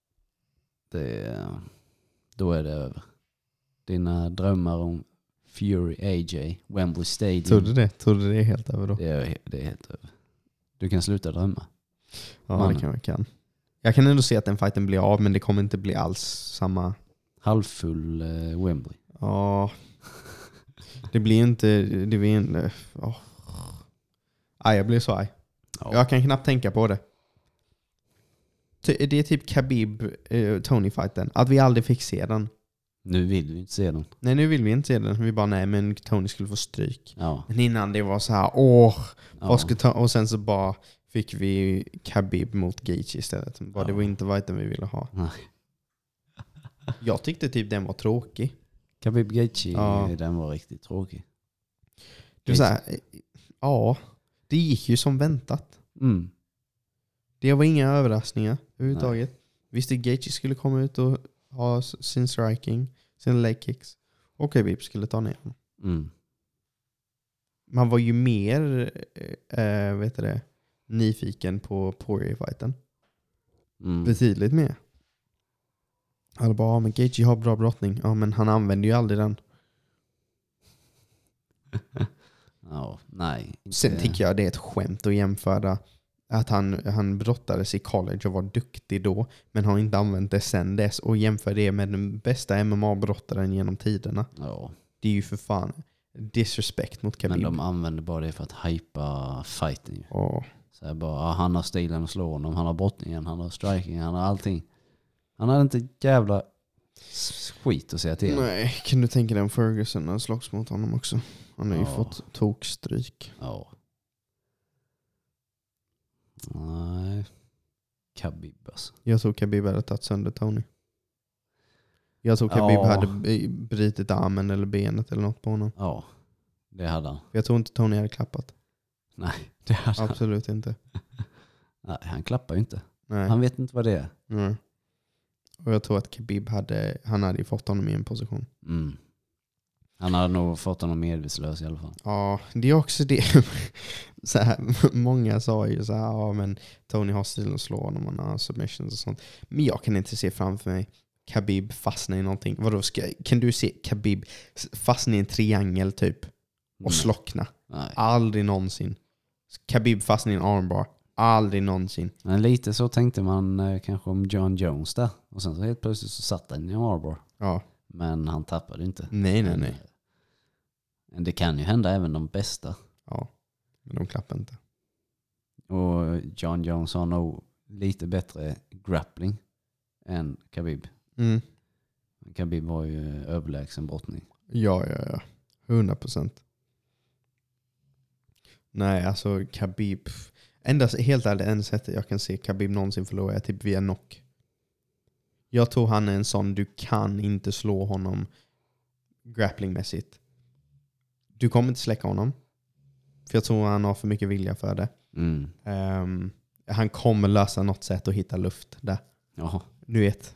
Då är det över. Dina drömmar om Fury AJ, Wembley Stadium. Tror du det är helt över då? Det är helt över. Du kan sluta drömma. Ja, Mannen. det kan. Jag kan ändå se att den fighten blir av, men det kommer inte bli alls samma. Halvfull Wembley. Ja. Det blir inte. Det blir inte. Oh. Jag blir så arg. Ja. Jag kan knappt tänka på det. Det är typ Khabib Tony-fighten. Att vi aldrig fick se den. Nu vill vi inte se den. Nej, nu vill vi inte se den. Vi bara, nej, men Tony skulle få stryk. Ja. Men innan det var så här, vad ska ta? Och sen så bara fick vi Khabib mot Gaethje istället. Bara, det var inte fighten vi ville ha. Nej. Jag tyckte typ den var tråkig. Khabib Gaethje, den var riktigt tråkig. Det var så här, det gick ju som väntat. Mm. Det var inga överraskningar överhuvudtaget. Visste Gaethje skulle komma ut och ha sin striking, sina leg kicks. Och Khabib skulle ta ner honom. Mm. Man var ju mer nyfiken på Poirier-fighten. Mm. Betydligt mer. Alla bara, men Gaethje har bra brottning. Ja, men han använder ju aldrig den. Ja, nej. Inte. Sen tycker jag det är ett skämt att jämföra att han brottades i college och var duktig då, men har inte använt det sen dess, och jämför det med den bästa MMA-brottaren genom tiderna. Ja. Det är ju för fan disrespect mot Khabib. Men de använder bara det för att hypa fighten ju. Ja. Så här bara, han har stilen att slå honom, han har brottningen, han har strikingen, han har allting. Han har inte jävla skit att säga till. Nej, kan du tänka dig om Ferguson har slåss mot honom också? Han har ju fått tokstryk. Ja. Nej. Khabib alltså. Jag tror Khabib hade tagit sönder Tony. Jag tror Khabib hade brutit armen eller benet eller något på honom. Ja, det hade han. Jag tror inte Tony hade klappat. Nej, det hade han. Absolut inte. Nej, han klappar ju inte. Nej. Han vet inte vad det är. Mm. Och jag tror att Khabib hade ju fått honom i en position. Mm. Han hade nog fått honom medvetslös i alla fall. Ja, det är också det. Så här, många sa ju så här, men Tony har stilen att slå honom, han har submissions och sånt. Men jag kan inte se framför mig Khabib fastna i någonting. Vadå, kan du se Khabib fastna i en triangel typ och slockna? Nej. Aldrig någonsin. Khabib fastna i en armbar. Aldrig någonsin. Men lite så tänkte man kanske om John Jones där. Och sen så helt plötsligt så satt han i en armbar. Ja. Men han tappade inte. Nej. Men det kan ju hända även de bästa. Ja, men de klappar inte. Och John Jones har nog lite bättre grappling än Khabib. Mm. Khabib var ju överlägsen brottning. Ja. 100%. Nej, alltså Khabib. Endast helt ärligt, enda sättet jag kan se Khabib någonsin förlora är typ via knock. Jag tror han är en sån, du kan inte slå honom grapplingmässigt. Du kommer inte släcka honom. För jag tror han har för mycket vilja för det. Han kommer lösa något sätt att hitta luft där. Jaha. Du vet.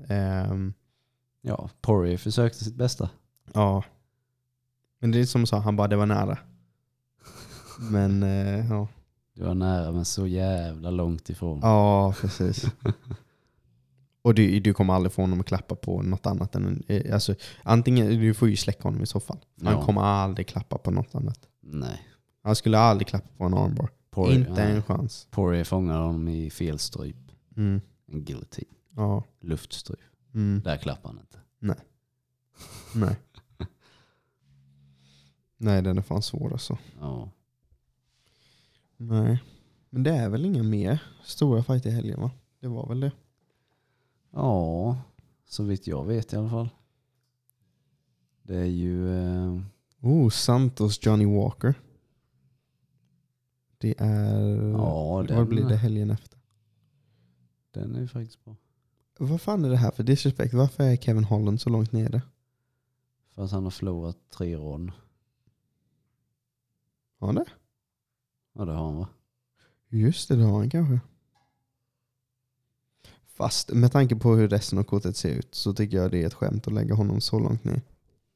Ja, Poirier försökte sitt bästa. Ja. Men det är som jag sa, han bara, det var nära. Men ja. Du var nära men så jävla långt ifrån. Ja, precis. Och du kommer aldrig få honom att klappa på något annat än alltså, antingen, du får ju släcka honom i så fall. Han kommer aldrig klappa på något annat. Nej. Han skulle aldrig klappa på en armbar. Inte en chans. Poirier fångar honom i fel stryp. En guillotine. Ja. Luftstryp. Där klappar han inte. Nej. Nej, den är fan svår alltså. Ja. Nej. Men det är väl inga mer stora fight i helgen, va? Det var väl det. Ja, så vitt jag vet i alla fall. Det är ju... Santos Johnny Walker. Det är... Ja, vad blir det helgen efter? Den är ju faktiskt bra. Vad fan är det här för disrespect? Varför är Kevin Holland så långt nere? Fast han har förlorat 3 rån. Har han det? Ja, det har han, va? Just det har han kanske. Fast med tanke på hur resten av kortet ser ut så tycker jag det är ett skämt att lägga honom så långt ner.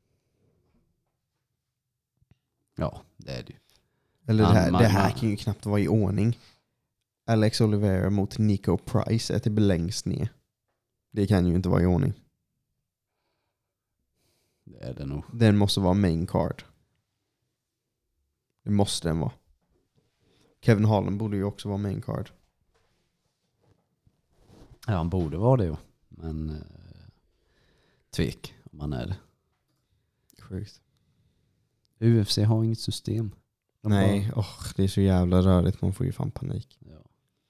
Ja, det är det ju. Eller det här kan ju knappt vara i ordning. Alex Oliveira mot Nico Price är typ längst ner. Det kan ju inte vara i ordning. Det är det nog. Den måste vara main card. Det måste den vara. Kevin Holland borde ju också vara main card. Ja, han borde vara det ju. Men tvek om han är det. Sjukt. UFC har inget system. Nej, det är så jävla rörigt. Man får ju fan panik. Ja.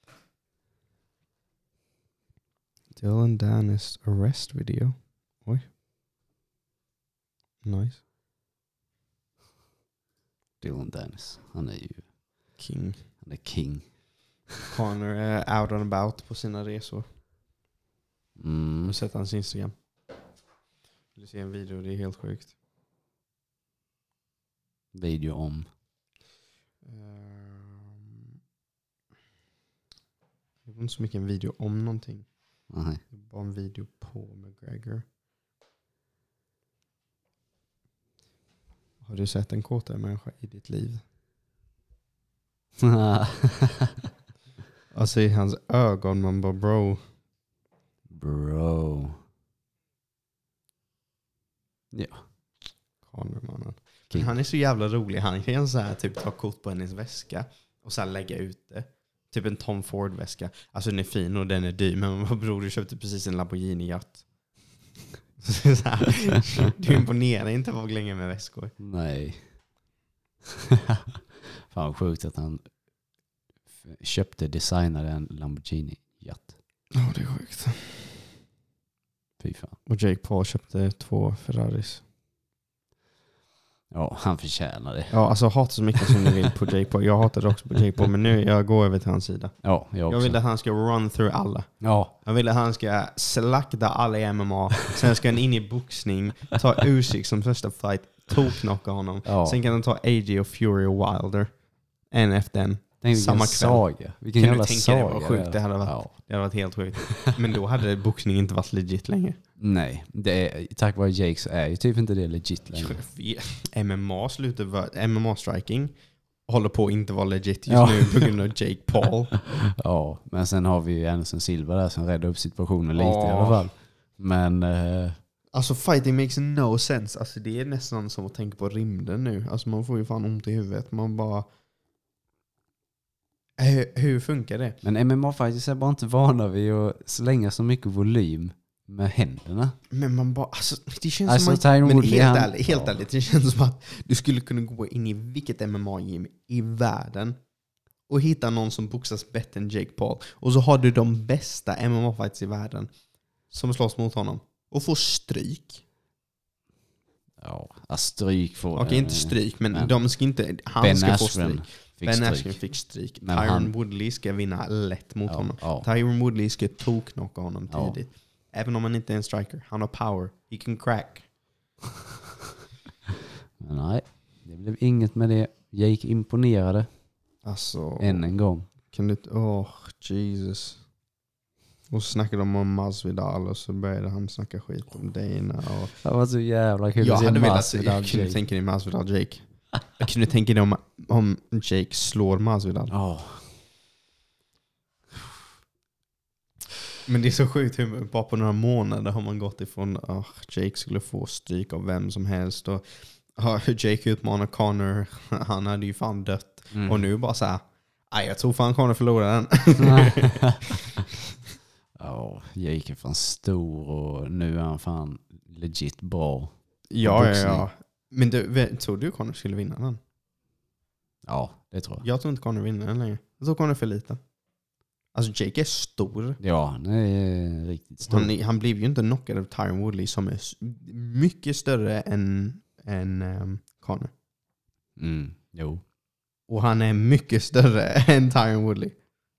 Dylan Dennis arrest video. Oj. Nice. Dylan Dennis. Han är ju King. Han är king. Connor är out and about på sina resor. Jag har sett hans Instagram. Du ser en video, det är helt sjukt. Video om. Det var inte så mycket en video om någonting. Nej. Det var bara en video på McGregor. Har du sett en kåtare människa i ditt liv? Alltså i hans ögon, man bara bro. Ja. Kameramannen. Han är så jävla rolig. Han kan så här typ ta kort på hennes väska och sen lägga ut det. Typ en Tom Ford väska. Alltså den är fin och den är dyr, men vad bror, du köpte precis en Lamborghini yacht. Du imponerar inte på länge med väskor. Nej. Fan sjukt att han designade en Lamborghini yacht. Ja, det är sjukt. Fy fan. Och Jake Paul köpte 2 Ferraris. Ja, han förtjänar det. Ja, alltså hata så mycket som ni vill på Jake Paul. Jag hatar också på Jake Paul, men nu jag går över till hans sida. Ja, jag också. Jag vill att han ska run through alla. Ja. Jag vill att han ska slakta alla i MMA. Sen ska han in i boxning, ta Usyk som första fight, toknocka honom. Ja. Sen kan han ta AJ och Fury och Wilder. En efter en. Samma kväll. Saga. Vilken Kan jävla du tänka saga. det var sjukt? Det hade varit helt sjukt. Men då hade boxning inte varit legit längre. Nej, det är, tack vare Jake så är ju typ inte det legit längre. MMA-striking håller på att inte vara legit just nu på grund av Jake Paul. Ja, men sen har vi ju Anderson Silva där som räddar upp situationen lite i alla fall. Men... Alltså fighting makes no sense. Alltså det är nästan som att tänka på rymden nu. Alltså man får ju fan ont i huvudet. Man bara... Hur funkar det? Men MMA-fighters är bara inte vana vid att slänga så mycket volym med händerna. Men man bara... Alltså, det känns alltså, som att... Men helt ärligt, det känns som att du skulle kunna gå in i vilket MMA-gym i världen och hitta någon som boxas bättre än Jake Paul. Och så har du de bästa MMA-fighters i världen som slåss mot honom. Och får stryk. Ja, stryk får... Okej, inte stryk, men de ska inte... Han Ben ska Askren få stryk. Ben Askren fick stryk. Men Tyron Woodley ska vinna lätt mot honom. Ja. Tyron Woodley ska toknocka honom tidigt. Även om han inte är en striker. Han har power. He can crack. Men nej, det blev inget med det. Jake imponerade. Alltså, Än en gång. kan du... Jesus. Och så snackade de om Masvidal och så började han snacka skit om Dana. Och... Det var så jävla kul Jag att se hade velat... Masvidal Jag kunde Jake. tänka dig Masvidal Jake. Jag kunde tänka dig om Jake slår Masvidal. Ja. Men det är så sjukt hur bara på några månader har man gått ifrån Jake skulle få stryk av vem som helst och Jake utmanar Conor, han hade ju fan dött. Och nu bara så här, jag tror fan Conor förlorar den. Ja, Jake är fan stor och nu är han fan legit bra. Ja. Men tror du Conor skulle vinna den? Ja, det tror jag. Jag tror inte Conor vinner den längre. Jag tror Conor är för liten. Alltså Jake är stor. Ja, han är riktigt stor. Han blev ju inte knockad av Tyron Woodley som är mycket större än Conor. Jo. Och han är mycket större än Tyron Woodley.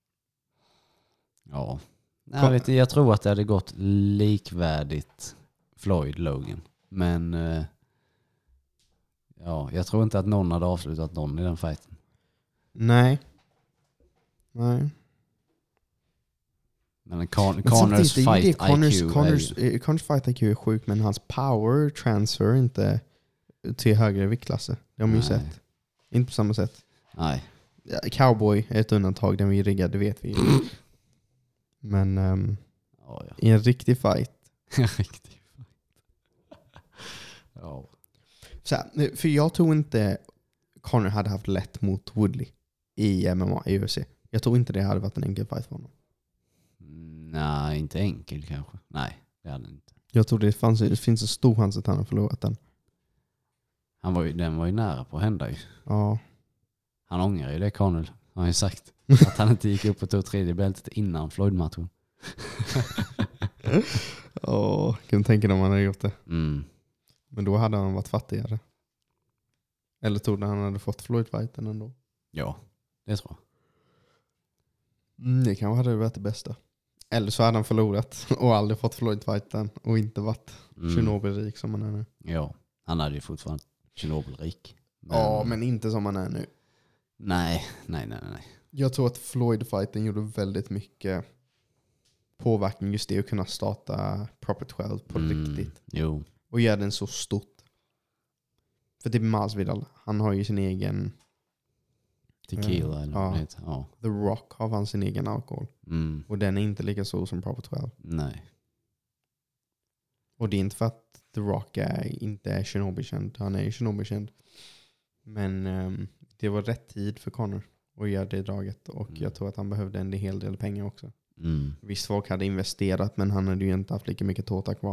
Ja. Jag tror att det hade gått likvärdigt Floyd-Logan. Men jag tror inte att någon hade avslutat någon i den fighten. Nej. Men Conors fight IQ Conors fight IQ är sjuk, men hans power transfer inte till högre viktklasser. Det har man ju sett. Inte på samma sätt. Nej. Cowboy är ett undantag, den vi riggade, det vet vi. Men Ja. i en riktig fight. Ja. Så här, för jag tror inte Conor hade haft lätt mot Woodley i MMA, i UFC. Jag tror inte det hade varit en enkel fight för honom. Nej, inte enkel kanske. Nej, det hade inte. Jag tror det finns en stor chans att han har förlorat den. Den var ju nära på att hända ju. Ja. Han ångrar ju det, Conor. Han har ju sagt att han inte gick upp och tog tredje bältet innan Floyd-matchen. Kan tänka dig om han hade gjort det. Men då hade han varit fattigare. Eller trodde han hade fått Floyd-fighten ändå. Ja, det tror jag. Det kanske hade varit det bästa. Eller så hade han förlorat och aldrig fått Floyd-fighten och inte varit Chernobyl-rik som han är nu. Ja, han hade ju fortfarande Chernobyl-rik. Men inte som han är nu. Nej. Jag tror att Floyd-fighten gjorde väldigt mycket påverkan just det att kunna starta Proper 12 på riktigt. Jo. Och göra den så stort. För typ Masvidal, han har ju sin egen Tequila eller vad det heter. Ja. The Rock har han sin egen alkohol. Och den är inte lika stor som Proper 12. Nej. Och det är inte för att The Rock inte är Chernobyl-känd. Han är ju Chernobyl-känd. Men det var rätt tid för Conor att göra det draget. Och jag tror att han behövde en hel del pengar också. Visst, folk hade investerat, men han hade ju inte haft lika mycket tårta kvar.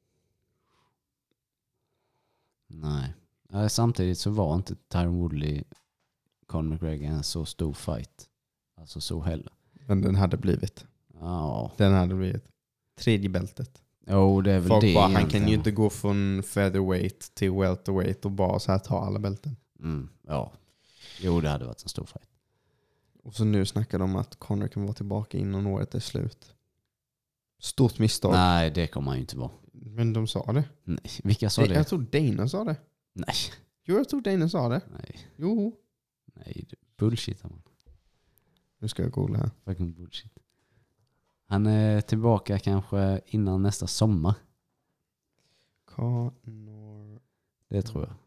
Nej. Samtidigt så var inte Tyron Woodley Conor McGregor en så stor fight. Alltså så heller. Men den hade blivit. Ja. Den hade blivit. Tredje bältet. Jo, det är väl folk det bara, egentligen. han kan ju inte gå från featherweight till welterweight och bara så här ta alla bälten. Ja. Jo, det hade varit en stor fight. Och så nu snackar de om att Conor kan vara tillbaka innan året är slut. Stort misstag. Nej, det kommer han ju inte vara. Men de sa det. Nej. Vilka sa det? Jag tror Dana sa det. Nej. Jo, jag tror Dana sa det. Nej. Jo. Nej, bullshit. Man. Nu ska jag googla här. Fucking bullshit. Han är tillbaka kanske innan nästa sommar. Conor. Det tror jag.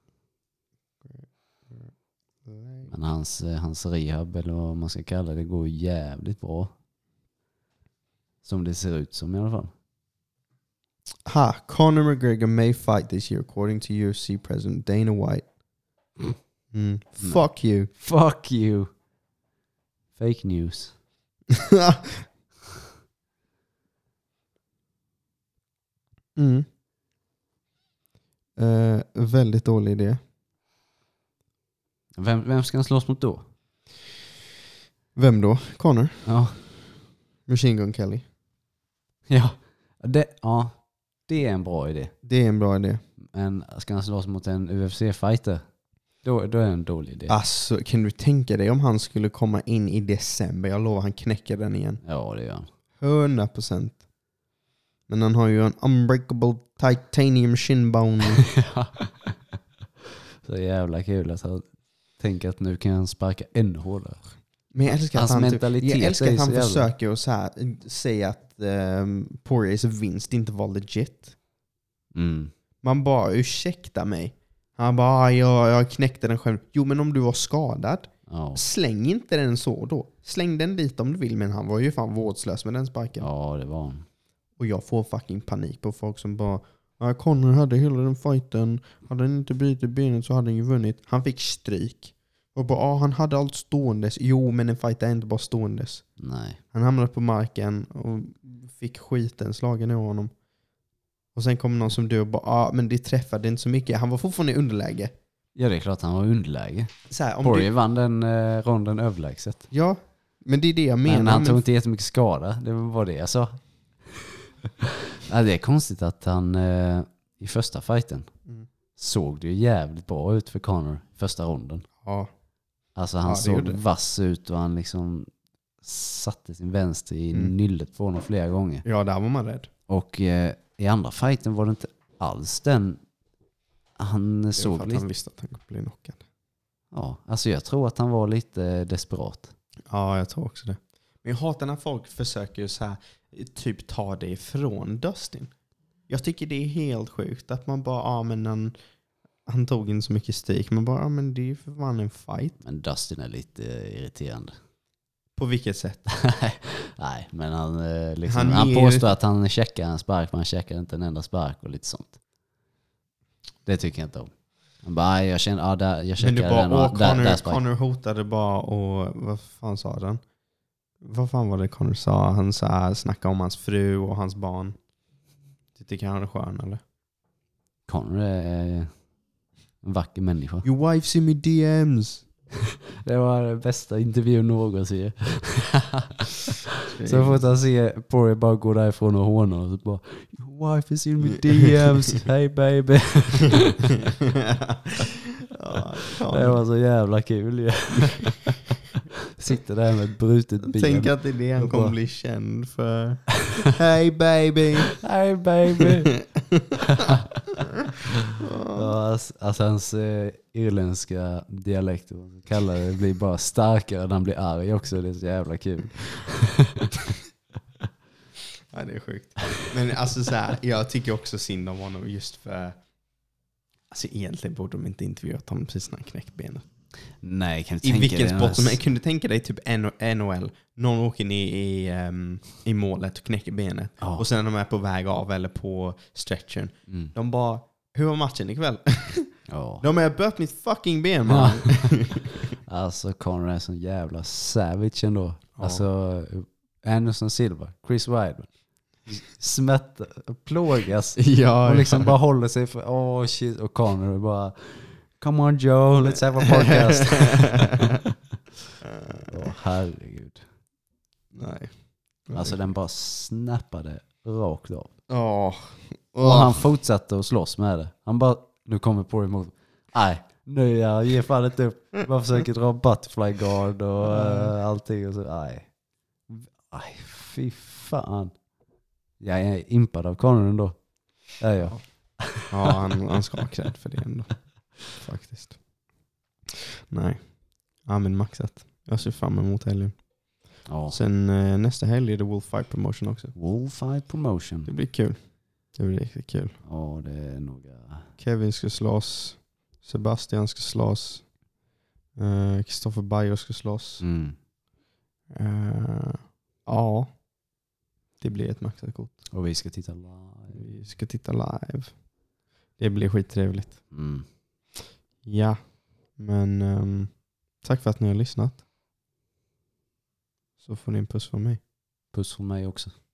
Men hans rehab, eller vad man ska kalla det, går jävligt bra. Som det ser ut som i alla fall. Conor McGregor may fight this year according to UFC president Dana White. Fuck you. Fuck you. Fake news. Väldigt dålig idé. Vem ska han slåss mot då? Vem då? Conor? Ja. Machine Gun Kelly. Ja. Det är en bra idé. Det är en bra idé. Men ska han slåss mot en UFC-fighter? Då är det en dålig idé. Alltså, kan du tänka dig om han skulle komma in i december? Jag lovar, han knäcker den igen. Ja, det gör han. 100%. Men han har ju en unbreakable titanium shinbone. Så jävla kul att han tänker att nu kan han sparka ännu hårdare. Men jag älskar Hans att han, mentalitet jag älskar är att han så jävla- försöker att så här, säga att Poiriers vinst inte var legit. Mm. Man bara, ursäkta mig. Han bara, jag knäckte den själv. Jo, men om du var skadad, Ja. släng inte den så då. Släng den dit om du vill, men han var ju fan vårdslös med den sparken. Ja, det var han. Och jag får fucking panik på folk som bara, Conor hade hela den fighten. Hade han inte brutit benet så hade han ju vunnit. Han fick stryk. Och bara, han hade allt ståendes. Jo, men en fight är inte bara ståendes. Nej. Han hamnade på marken och fick skiten slagen i honom. Och sen kom någon som du och bara, men det träffade inte så mycket. Han var fortfarande i underläge. Ja, det är klart han var i underläge. Så här, om Poirier du, vann den ronden överlägset. ja, men det är det jag menar. Men han tog Men inte jättemycket skada. Det var det jag sa. Ja, det är konstigt att han i första fighten såg det ju jävligt bra ut för Conor i första ronden. ja, Alltså han Ja, det såg gjorde det. vass ut och han liksom satte sin vänster i nyllet på honom flera gånger. ja, där var man rädd. Och i andra fighten var det inte alls den. Han Det var såg för att lite... han visste att han skulle bli knockad. Ja, alltså jag tror att han var lite desperat. Ja, jag tror också det. Men jag hatar när folk försöker så här, typ ta det ifrån Dustin. Jag tycker det är helt sjukt att man bara, men han tog in så mycket stryk. Man bara, men det är ju för fan en fight. Men Dustin är lite irriterande. På vilket sätt? Nej, men han, Han han ger- påstår att han checkar en spark, men han checkar inte en enda spark och lite sånt. Det tycker jag inte om. Han bara, jag känner, jag Men checkar du bara, den och där spark. Conor hotade bara och vad fan sa den? Vad fan var det Conor sa? Han så här, snackade om hans fru och hans barn. Du tycker han är skön eller? Conor är en vacker människa. Your wife's in my DMs. Det var den bästa intervjun någonsin. Så fort han ser Poirier bara gå därifrån och håna och så bara, your wife is in my DMs, hey baby. Det var så jävla kul ju. Sitter där med ett brutet ben. Tänk att det är det han kommer bli känd för. Hey baby. Hey baby. Ja, alltså hans irländska dialekt kallar det blir bara starkare när han blir arg också. Det är så jävla kul. Ja, det är sjukt. Men alltså så här, jag tycker också synd om honom just för, alltså egentligen borde de inte intervjuat honom precis när han knäckt benet. Nej, kan du I tänka vilken dig sport som helst. Kunde du tänka dig typ NHL, någon åker ner i målet och knäcker benet. Ja. Och sen är de är på väg av eller på stretchen. Mm. De bara, hur var matchen ikväll? Ja. De har bött mitt fucking ben, man. Alltså Conor är sån jävla savage ändå. Ja. Alltså Anderson Silva, Chris Weidman. Smätt, plågas. Ja, Och liksom bara håller sig för, shit. Och Conor är bara, come on Joe, let's have a podcast. Herregud. Nej. Alltså den bara snappade rakt av. Ja. Och han fortsatte att slåss med det. Han bara, nu kommer på emot. Nej, nu jag ger fan inte upp. Man försöker dra butterfly guard och allting. Och så, nej, fy fan. Jag är impad av Conor ändå. Ja, ja. Ja, han ska ha cred för det ändå. Faktiskt. Nej. Ja, men maxat. Jag ser fram emot helgen. Ja. Sen nästa helg är det Wolf Fight Promotion också. Wolffight Promotion. Det blir kul. Det blir riktigt kul. Ja, det är några... Kevin ska slåss. Sebastian ska slåss. Kristoffer Bayer ska slåss. Mm. Ja. Det blir ett maxat kort. Och vi ska titta live. Vi ska titta live. Det blir skittrevligt. Mm. Ja. Men tack för att ni har lyssnat. Så får ni en puss från mig. Puss från mig också.